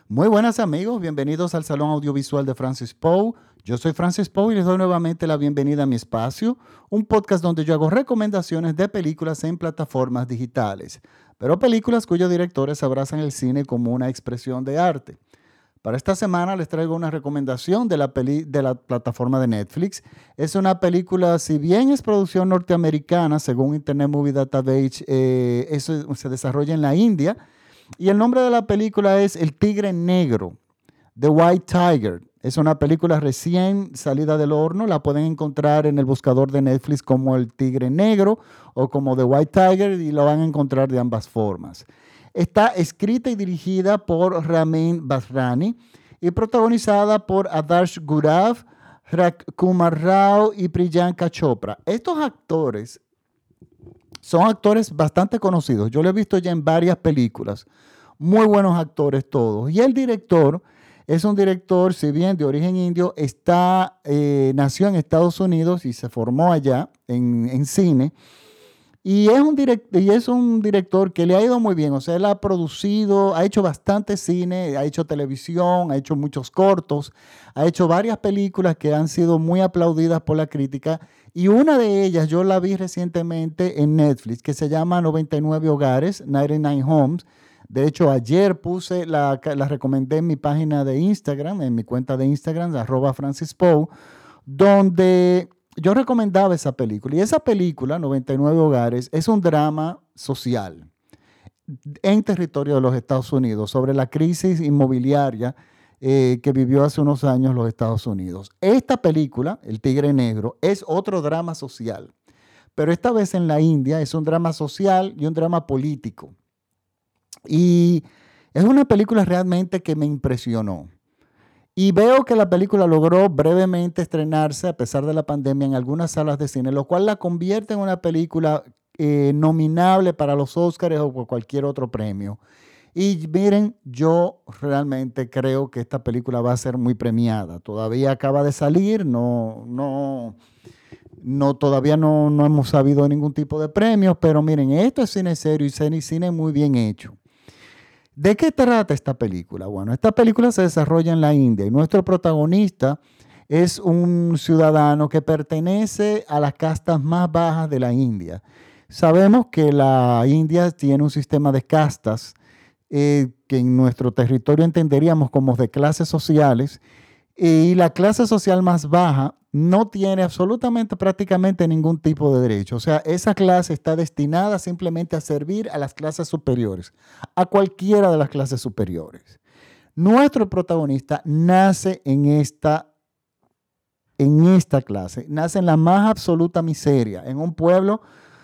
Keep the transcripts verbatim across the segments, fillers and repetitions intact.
Muy buenas amigos, bienvenidos al Salón Audiovisual de Francis Poe. Yo soy Francis Poe y les doy nuevamente la bienvenida a mi espacio, un podcast donde yo hago recomendaciones de películas en plataformas digitales, pero películas cuyos directores abrazan el cine como una expresión de arte. Para esta semana les traigo una recomendación de la, peli de la plataforma de Netflix. Es una película, si bien es producción norteamericana, según Internet Movie Database, eh, eso se desarrolla en la India. Y el nombre de la película es El Tigre Negro, The White Tiger. Es una película recién salida del horno. La pueden encontrar en el buscador de Netflix como El Tigre Negro o como The White Tiger y lo van a encontrar de ambas formas. Está escrita y dirigida por Ramin Basrani y protagonizada por Adarsh Gurav, Rajkumar Rao y Priyanka Chopra. Estos actores son actores bastante conocidos. Yo lo he visto ya en varias películas. Muy buenos actores todos. Y el director es un director, si bien de origen indio, está, eh, nació en Estados Unidos y se formó allá en, en cine. Y es, un direct, y es un director que le ha ido muy bien. O sea, él ha producido, ha hecho bastante cine, ha hecho televisión, ha hecho muchos cortos, ha hecho varias películas que han sido muy aplaudidas por la crítica. Y una de ellas yo la vi recientemente en Netflix, que se llama noventa y nueve Hogares, noventa y nueve Homes. De hecho, ayer puse, la, la recomendé en mi página de Instagram, en mi cuenta de Instagram, arroba Francis Poe, donde yo recomendaba esa película. Y esa película, noventa y nueve Hogares, es un drama social en territorio de los Estados Unidos sobre la crisis inmobiliaria eh, que vivió hace unos años los Estados Unidos. Esta película, El Tigre Negro, es otro drama social, pero esta vez en la India es un drama social y un drama político. Y es una película realmente que me impresionó. Y veo que la película logró brevemente estrenarse a pesar de la pandemia en algunas salas de cine, lo cual la convierte en una película eh, nominable para los Óscares o por cualquier otro premio. Y miren, yo realmente creo que esta película va a ser muy premiada. Todavía acaba de salir, no, no, no, todavía no, no hemos sabido ningún tipo de premios, pero miren, esto es cine serio y cine, cine muy bien hecho. ¿De qué trata esta película? Bueno, esta película se desarrolla en la India y nuestro protagonista es un ciudadano que pertenece a las castas más bajas de la India. Sabemos que la India tiene un sistema de castas eh, que en nuestro territorio entenderíamos como de clases sociales, y la clase social más baja no tiene absolutamente prácticamente ningún tipo de derecho. O sea, esa clase está destinada simplemente a servir a las clases superiores, a cualquiera de las clases superiores. Nuestro protagonista nace en esta, en esta clase, nace en la más absoluta miseria, en un pueblo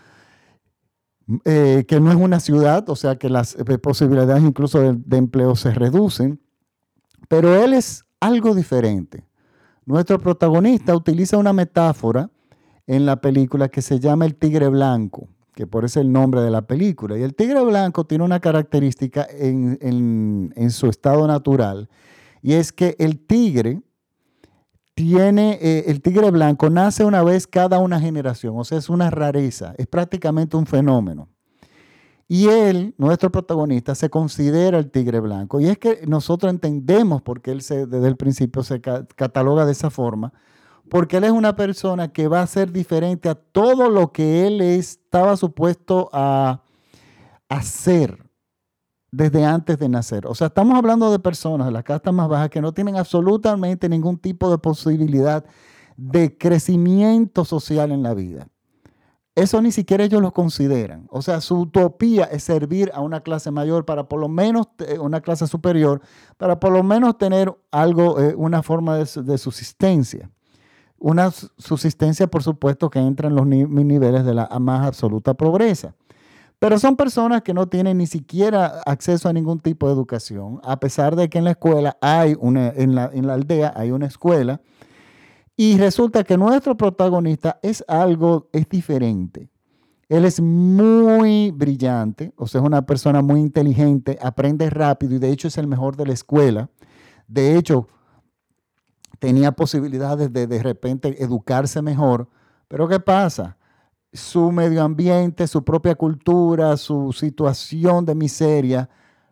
eh, que no es una ciudad, o sea que las eh, posibilidades incluso de, de empleo se reducen, pero él es algo diferente. Nuestro protagonista utiliza una metáfora en la película que se llama el tigre blanco, que por eso es el nombre de la película. Y el tigre blanco tiene una característica en, en, en su estado natural, y es que el tigre tiene, eh, el tigre blanco nace una vez cada una generación, o sea, es una rareza, es prácticamente un fenómeno. Y él, nuestro protagonista, se considera el tigre blanco. Y es que nosotros entendemos por qué él se, desde el principio se ca cataloga de esa forma, porque él es una persona que va a ser diferente a todo lo que él estaba supuesto a hacer desde antes de nacer. O sea, estamos hablando de personas de las castas más bajas que no tienen absolutamente ningún tipo de posibilidad de crecimiento social en la vida. Eso ni siquiera ellos lo consideran. O sea, su utopía es servir a una clase mayor para por lo menos, eh, una clase superior, para por lo menos tener algo, eh, una forma de, de, subsistencia. Una subsistencia, por supuesto, que entra en los ni niveles de la más absoluta pobreza. Pero son personas que no tienen ni siquiera acceso a ningún tipo de educación, a pesar de que en la escuela hay una, en la, en la aldea hay una escuela. Y resulta que nuestro protagonista es algo, es diferente. Él es muy brillante, o sea, es una persona muy inteligente, aprende rápido y de hecho es el mejor de la escuela. De hecho, tenía posibilidades de de repente educarse mejor, pero ¿qué pasa? Su medio ambiente, su propia cultura, su situación de miseria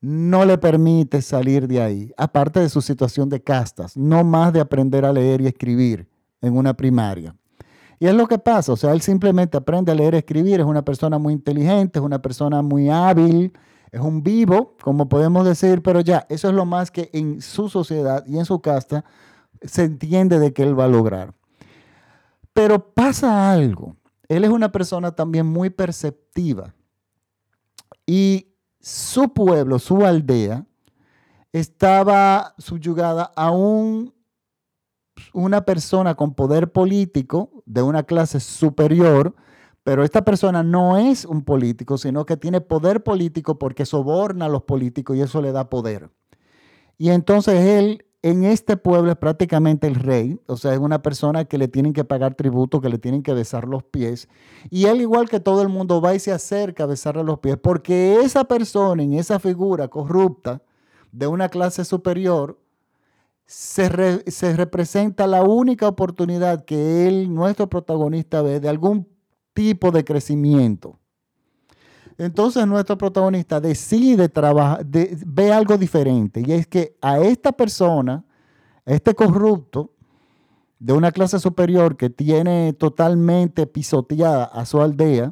no le permite salir de ahí, aparte de su situación de castas, no más de aprender a leer y escribir en una primaria. Y es lo que pasa, o sea, él simplemente aprende a leer y escribir, es una persona muy inteligente, es una persona muy hábil, es un vivo, como podemos decir, pero ya, eso es lo más que en su sociedad y en su casta se entiende de que él va a lograr. Pero pasa algo, él es una persona también muy perceptiva y su pueblo, su aldea, estaba subyugada a un, una persona con poder político de una clase superior, pero esta persona no es un político, sino que tiene poder político porque soborna a los políticos y eso le da poder. Y entonces él en este pueblo es prácticamente el rey, o sea, es una persona que le tienen que pagar tributo, que le tienen que besar los pies. Y él, igual que todo el mundo, va y se acerca a besarle los pies, porque esa persona, en esa figura corrupta de una clase superior, se, re, se representa la única oportunidad que él, nuestro protagonista, ve de algún tipo de crecimiento. Entonces nuestro protagonista decide trabajar, de, ve algo diferente, y es que a esta persona, a este corrupto de una clase superior que tiene totalmente pisoteada a su aldea,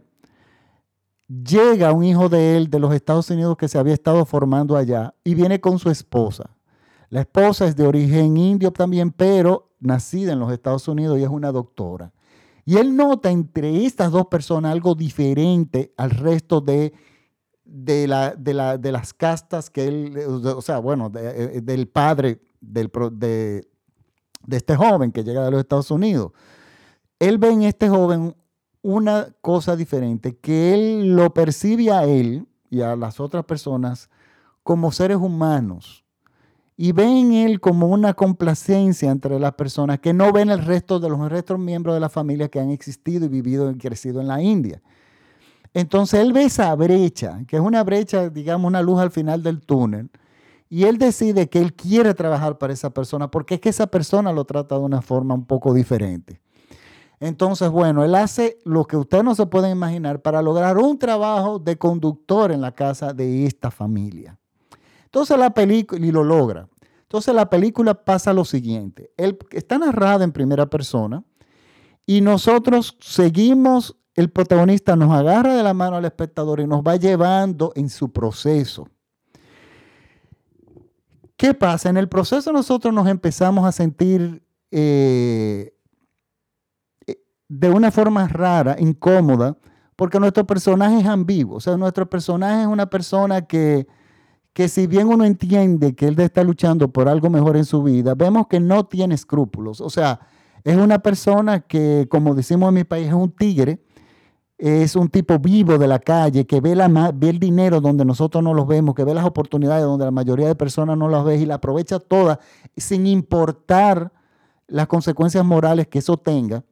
llega un hijo de él de los Estados Unidos que se había estado formando allá y viene con su esposa. La esposa es de origen indio también, pero nacida en los Estados Unidos y es una doctora. Y él nota entre estas dos personas algo diferente al resto de, de, la, de, la, de las castas que él, o sea, bueno, de, del padre del, de, de este joven que llega de los Estados Unidos. Él ve en este joven una cosa diferente, que él lo percibe a él y a las otras personas como seres humanos. Y ven en él como una complacencia entre las personas que no ven el resto de los restos miembros de la familia que han existido y vivido y crecido en la India. Entonces él ve esa brecha, que es una brecha, digamos, una luz al final del túnel, y él decide que él quiere trabajar para esa persona porque es que esa persona lo trata de una forma un poco diferente. Entonces, bueno, él hace lo que ustedes no se pueden imaginar para lograr un trabajo de conductor en la casa de esta familia. Entonces la película, y lo logra. Entonces la película pasa lo siguiente. Él está narrada en primera persona y nosotros seguimos, el protagonista nos agarra de la mano al espectador y nos va llevando en su proceso. ¿Qué pasa? En el proceso nosotros nos empezamos a sentir eh, de una forma rara, incómoda, porque nuestro personaje es ambiguo. O sea, nuestro personaje es una persona que... que si bien uno entiende que él está luchando por algo mejor en su vida, vemos que no tiene escrúpulos. O sea, es una persona que, como decimos en mi país, es un tigre, es un tipo vivo de la calle, que ve, la, ve el dinero donde nosotros no los vemos, que ve las oportunidades donde la mayoría de personas no las ve y la aprovecha todas sin importar las consecuencias morales que eso tenga.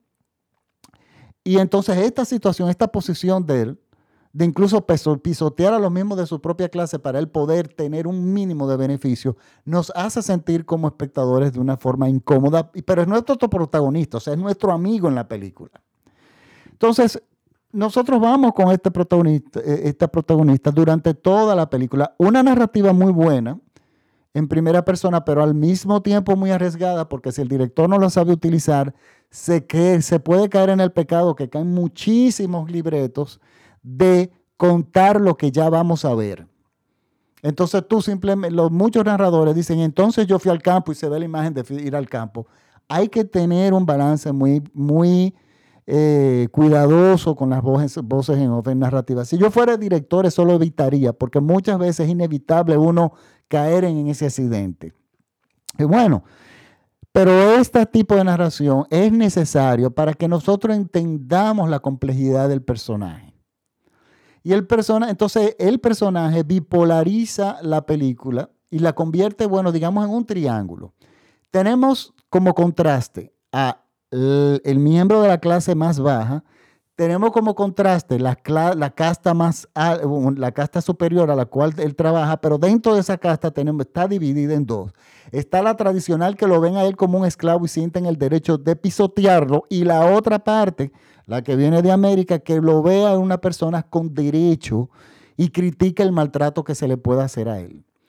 Y entonces esta situación, esta posición de él, de incluso pisotear a los mismos de su propia clase para él poder tener un mínimo de beneficio, nos hace sentir como espectadores de una forma incómoda, pero es nuestro protagonista, o sea, es nuestro amigo en la película. Entonces, nosotros vamos con este protagonista, esta protagonista durante toda la película, una narrativa muy buena, en primera persona, pero al mismo tiempo muy arriesgada, porque si el director no lo sabe utilizar, se, que, se puede caer en el pecado que caen muchísimos libretos de contar lo que ya vamos a ver. Entonces tú simplemente, los muchos narradores dicen, entonces yo fui al campo y se ve la imagen de ir al campo. Hay que tener un balance muy, muy eh, cuidadoso con las voces, voces en off en narrativa. Si yo fuera director, eso lo evitaría, porque muchas veces es inevitable uno caer en ese accidente. Y bueno, pero este tipo de narración es necesario para que nosotros entendamos la complejidad del personaje. Y el persona, entonces el personaje bipolariza la película y la convierte, bueno, digamos, en un triángulo. Tenemos como contraste a el, el miembro de la clase más baja, tenemos como contraste la, la, casta más, la casta superior a la cual él trabaja, pero dentro de esa casta tenemos, está dividida en dos. Está la tradicional, que lo ven a él como un esclavo y sienten el derecho de pisotearlo, y la otra parte, la que viene de América, que lo ve a una persona con derecho y critica el maltrato que se le puede hacer a él.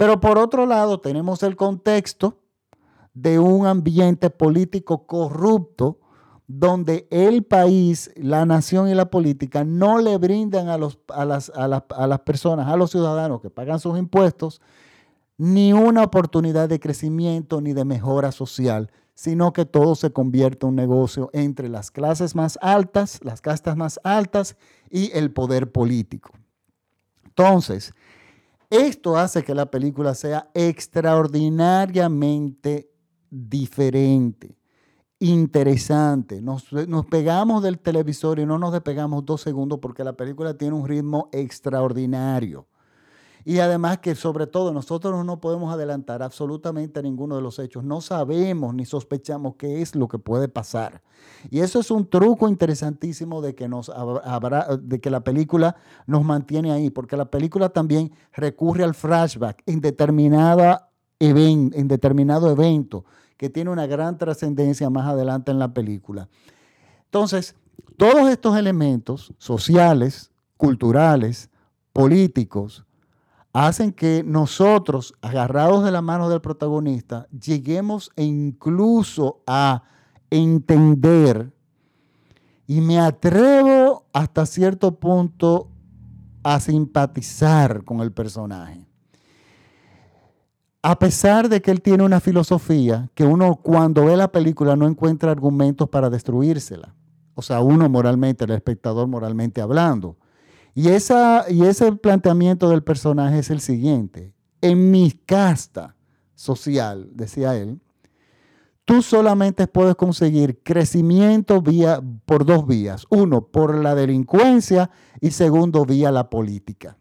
Pero por otro lado tenemos el contexto de un ambiente político corrupto donde el país, la nación y la política no le brindan a, los, a, las, a, las, a las personas, a los ciudadanos que pagan sus impuestos, ni una oportunidad de crecimiento ni de mejora social, sino que todo se convierte en un negocio entre las clases más altas, las castas más altas y el poder político. Entonces, esto hace que la película sea extraordinariamente diferente, interesante. Nos, nos pegamos del televisor y no nos despegamos dos segundos porque la película tiene un ritmo extraordinario. Y además que sobre todo nosotros no podemos adelantar absolutamente a ninguno de los hechos. No sabemos ni sospechamos qué es lo que puede pasar. Y eso es un truco interesantísimo de que, nos habrá, de que la película nos mantiene ahí, porque la película también recurre al flashback en, determinada event, en determinado evento que tiene una gran trascendencia más adelante en la película. Entonces, todos estos elementos sociales, culturales, políticos, hacen que nosotros, agarrados de la mano del protagonista, lleguemos e incluso a entender, y me atrevo hasta cierto punto a simpatizar con el personaje. A pesar de que él tiene una filosofía que uno cuando ve la película no encuentra argumentos para destruírsela. O sea, uno moralmente, el espectador moralmente hablando. Y, esa, y ese planteamiento del personaje es el siguiente. En mi casta social, decía él, tú solamente puedes conseguir crecimiento vía, por dos vías. Uno, por la delincuencia y segundo, vía la política.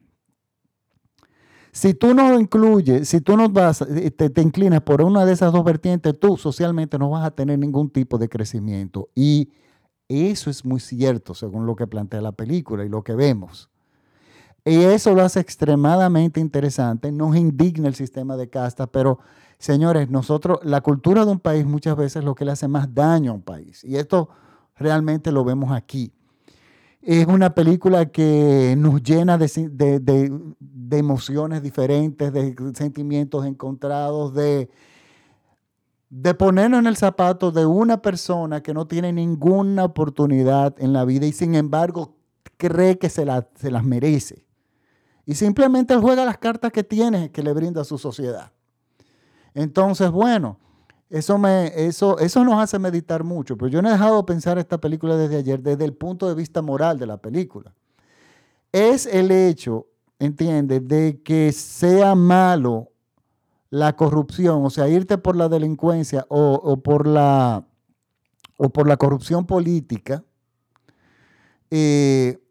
Si tú no incluyes, si tú no vas, te, te inclinas por una de esas dos vertientes, tú socialmente no vas a tener ningún tipo de crecimiento. Y eso es muy cierto, según lo que plantea la película y lo que vemos. Y eso lo hace extremadamente interesante. Nos indigna el sistema de castas, pero, señores, nosotros, la cultura de un país muchas veces es lo que le hace más daño a un país. Y esto realmente lo vemos aquí. Es una película que nos llena de, de, de, de emociones diferentes, de sentimientos encontrados, de... de ponernos en el zapato de una persona que no tiene ninguna oportunidad en la vida y sin embargo cree que se, la, se las merece. Y simplemente él juega las cartas que tiene, que le brinda a su sociedad. Entonces, bueno, eso, me, eso, eso nos hace meditar mucho. Pero yo no he dejado de pensar esta película desde ayer, desde el punto de vista moral de la película. Es el hecho, ¿entiendes?, de que sea malo la corrupción, o sea, irte por la delincuencia o, o, por, la, o por la corrupción política, eh,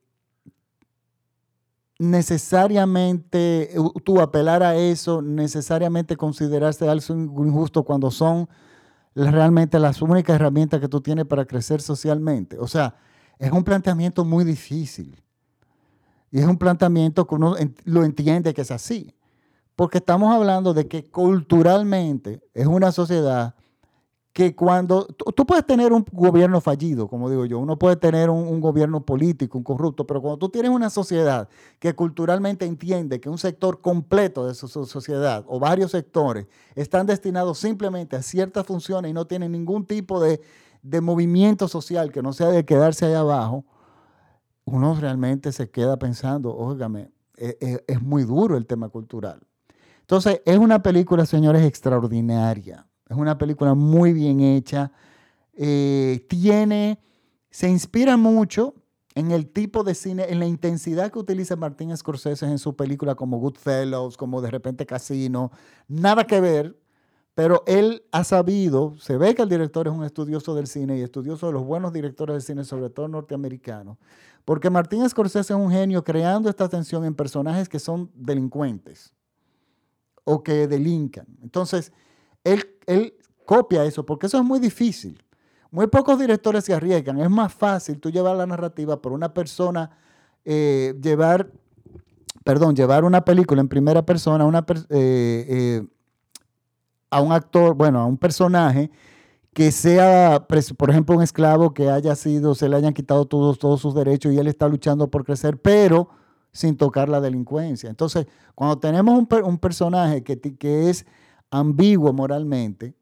necesariamente, tú apelar a eso, necesariamente considerarse algo injusto cuando son realmente las únicas herramientas que tú tienes para crecer socialmente. O sea, es un planteamiento muy difícil. Y es un planteamiento que uno lo entiende que es así. Porque estamos hablando de que culturalmente es una sociedad que cuando... Tú, tú puedes tener un gobierno fallido, como digo yo, uno puede tener un, un gobierno político, un corrupto, pero cuando tú tienes una sociedad que culturalmente entiende que un sector completo de su, su sociedad o varios sectores están destinados simplemente a ciertas funciones y no tienen ningún tipo de, de movimiento social que no sea de quedarse allá abajo, uno realmente se queda pensando, óigame, es, es, es muy duro el tema cultural. Entonces, es una película, señores, extraordinaria. Es una película muy bien hecha. Eh, tiene, se inspira mucho en el tipo de cine, en la intensidad que utiliza Martin Scorsese en su película como Goodfellas, como de repente Casino. Nada que ver, pero él ha sabido, se ve que el director es un estudioso del cine y estudioso de los buenos directores del cine, sobre todo norteamericanos, porque Martin Scorsese es un genio creando esta tensión en personajes que son delincuentes o que delincan. Entonces, él, él copia eso, porque eso es muy difícil. Muy pocos directores se arriesgan. Es más fácil tú llevar la narrativa por una persona, eh, llevar, perdón, llevar una película en primera persona una, eh, eh, a un actor, bueno, a un personaje que sea, por ejemplo, un esclavo que haya sido, se le hayan quitado todos, todos sus derechos y él está luchando por crecer, pero sin tocar la delincuencia. Entonces, cuando tenemos un, per- un personaje que, ti- que es ambiguo moralmente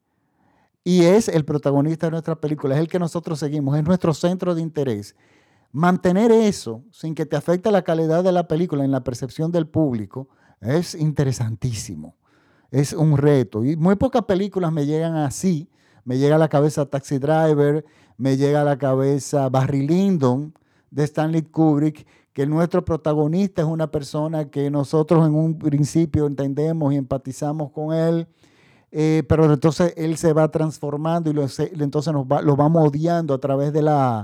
y es el protagonista de nuestra película, es el que nosotros seguimos, es nuestro centro de interés, mantener eso sin que te afecte la calidad de la película en la percepción del público es interesantísimo. Es un reto. Y muy pocas películas me llegan así. Me llega a la cabeza Taxi Driver, me llega a la cabeza Barry Lyndon de Stanley Kubrick, que nuestro protagonista es una persona que nosotros en un principio entendemos y empatizamos con él, eh, pero entonces él se va transformando y lo, se, entonces nos va, lo vamos odiando a través de la,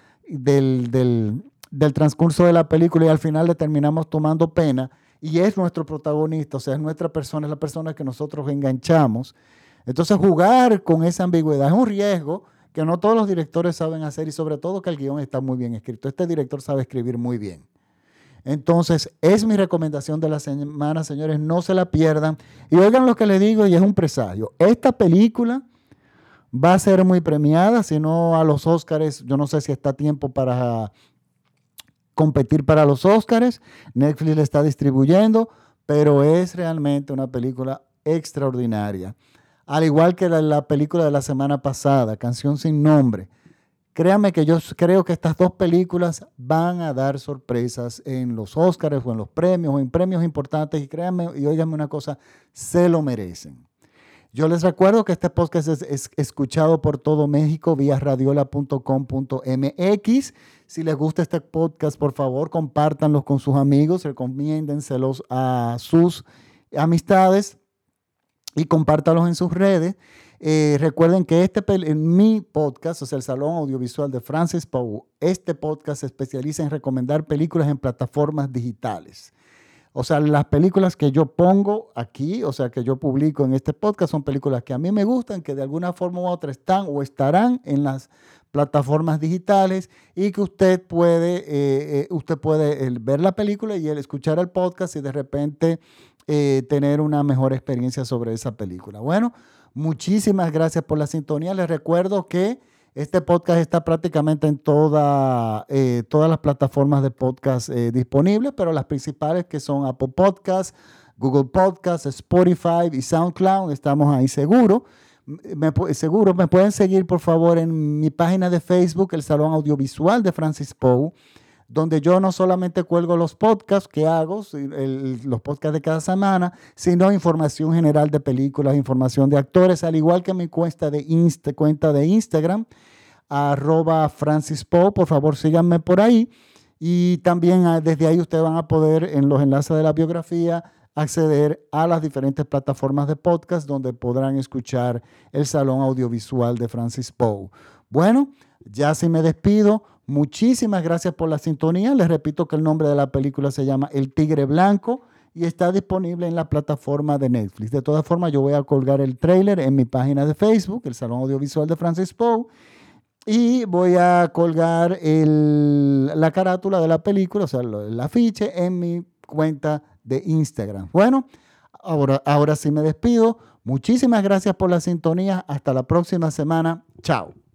del, del, del transcurso de la película y al final le terminamos tomando pena y es nuestro protagonista, o sea, es nuestra persona, es la persona que nosotros enganchamos. Entonces jugar con esa ambigüedad es un riesgo que no todos los directores saben hacer y sobre todo que el guión está muy bien escrito. Este director sabe escribir muy bien. Entonces, es mi recomendación de la semana, señores, no se la pierdan. Y oigan lo que les digo y es un presagio. Esta película va a ser muy premiada, si no a los Óscares, yo no sé si está a tiempo para competir para los Óscares. Netflix la está distribuyendo, pero es realmente una película extraordinaria. Al igual que la, la película de la semana pasada, Canción sin Nombre. Créanme que yo creo que estas dos películas van a dar sorpresas en los Óscares o en los premios o en premios importantes y créanme y óiganme una cosa, se lo merecen. Yo les recuerdo que este podcast es, es escuchado por todo México vía radiola punto com punto m x. Si les gusta este podcast, por favor, compártanlos con sus amigos, recomiéndenselos a sus amistades y compártalos en sus redes. Eh, recuerden que este, en mi podcast, o sea, el Salón Audiovisual de Francis Poe, este podcast se especializa en recomendar películas en plataformas digitales. O sea, las películas que yo pongo aquí, o sea, que yo publico en este podcast, son películas que a mí me gustan, que de alguna forma u otra están o estarán en las plataformas digitales y que usted puede, eh, eh, usted puede el, ver la película y el escuchar el podcast y de repente eh, tener una mejor experiencia sobre esa película. Bueno, muchísimas gracias por la sintonía. Les recuerdo que este podcast está prácticamente en toda, eh, todas las plataformas de podcast eh, disponibles, pero las principales que son Apple Podcasts, Google Podcasts, Spotify y SoundCloud, estamos ahí seguros. Me, seguro, me pueden seguir por favor en mi página de Facebook, el Salón Audiovisual de Francis Poe, donde yo no solamente cuelgo los podcasts que hago, el, los podcasts de cada semana, sino información general de películas, información de actores, al igual que mi cuenta de, Insta, cuenta de Instagram, arroba Francis Poe, por favor síganme por ahí. Y también desde ahí ustedes van a poder, en los enlaces de la biografía, acceder a las diferentes plataformas de podcast donde podrán escuchar el Salón Audiovisual de Francis Poe. Bueno, ya sí me despido. Muchísimas gracias por la sintonía. Les repito que el nombre de la película se llama El Tigre Blanco y está disponible en la plataforma de Netflix. De todas formas, yo voy a colgar el tráiler en mi página de Facebook, el Salón Audiovisual de Francis Poe, y voy a colgar el, la carátula de la película, o sea, el afiche, en mi cuenta de Instagram. Bueno, ahora, ahora sí me despido. Muchísimas gracias por la sintonía. Hasta la próxima semana. Chao.